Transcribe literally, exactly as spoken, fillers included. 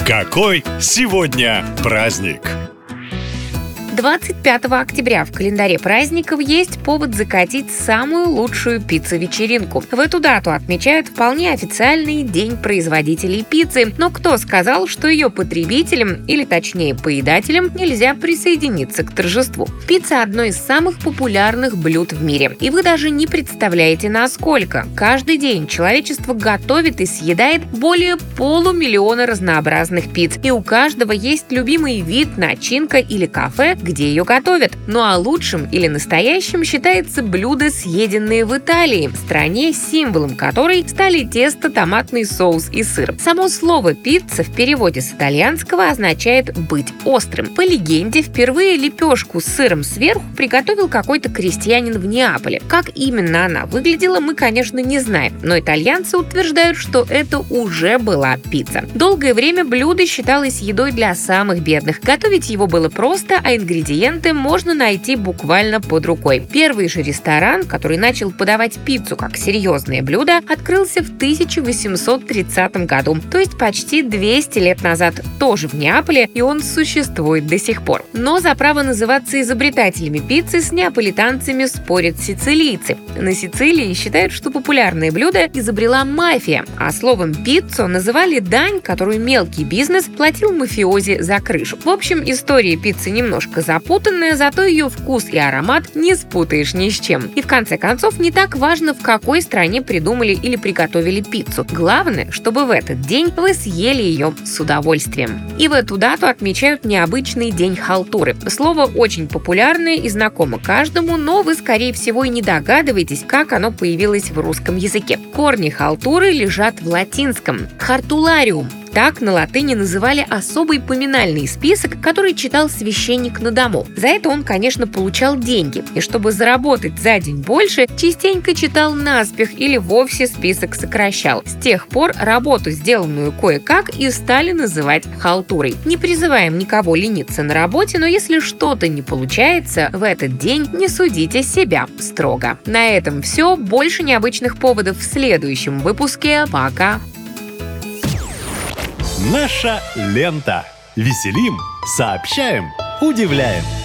Какой сегодня праздник? двадцать пятого октября в календаре праздников есть повод закатить самую лучшую пиццу-вечеринку. В эту дату отмечают вполне официальный День производителей пиццы. Но кто сказал, что ее потребителям, или точнее поедателям, нельзя присоединиться к торжеству? Пицца – одно из самых популярных блюд в мире. И вы даже не представляете, насколько. Каждый день человечество готовит и съедает более полумиллиона разнообразных пицц. И у каждого есть любимый вид, начинка или кафе, где ее готовят. Ну а лучшим или настоящим считается блюдо, съеденное в Италии, стране, символом которой стали тесто, томатный соус и сыр. Само слово «пицца» в переводе с итальянского означает «быть острым». По легенде, впервые лепешку с сыром сверху приготовил какой-то крестьянин в Неаполе. Как именно она выглядела, мы, конечно, не знаем, но итальянцы утверждают, что это уже была пицца. Долгое время блюдо считалось едой для самых бедных. Готовить его было просто, а ингредиенты можно найти буквально под рукой. Первый же ресторан, который начал подавать пиццу как серьезное блюдо, открылся в тысяча восемьсот тридцатом году, то есть почти двести лет назад, тоже в Неаполе, и он существует до сих пор. Но за право называться изобретателями пиццы с неаполитанцами спорят сицилийцы. На Сицилии считают, что популярное блюдо изобрела мафия, а словом «пиццу» называли дань, которую мелкий бизнес платил мафиози за крышу. В общем, история пиццы немножко запутанная, зато ее вкус и аромат не спутаешь ни с чем. И в конце концов, не так важно, в какой стране придумали или приготовили пиццу. Главное, чтобы в этот день вы съели ее с удовольствием. И в эту дату отмечают необычный день халтуры. Слово очень популярное и знакомо каждому, но вы, скорее всего, и не догадываетесь, как оно появилось в русском языке. Корни халтуры лежат в латинском «хартулариум». Так на латыни называли особый поминальный список, который читал священник на дому. За это он, конечно, получал деньги. И чтобы заработать за день больше, частенько читал наспех или вовсе список сокращал. С тех пор работу, сделанную кое-как, и стали называть халтурой. Не призываем никого лениться на работе, но если что-то не получается, в этот день не судите себя строго. На этом все. Больше необычных поводов в следующем выпуске. Пока! Наша лента. Веселим, сообщаем, удивляем.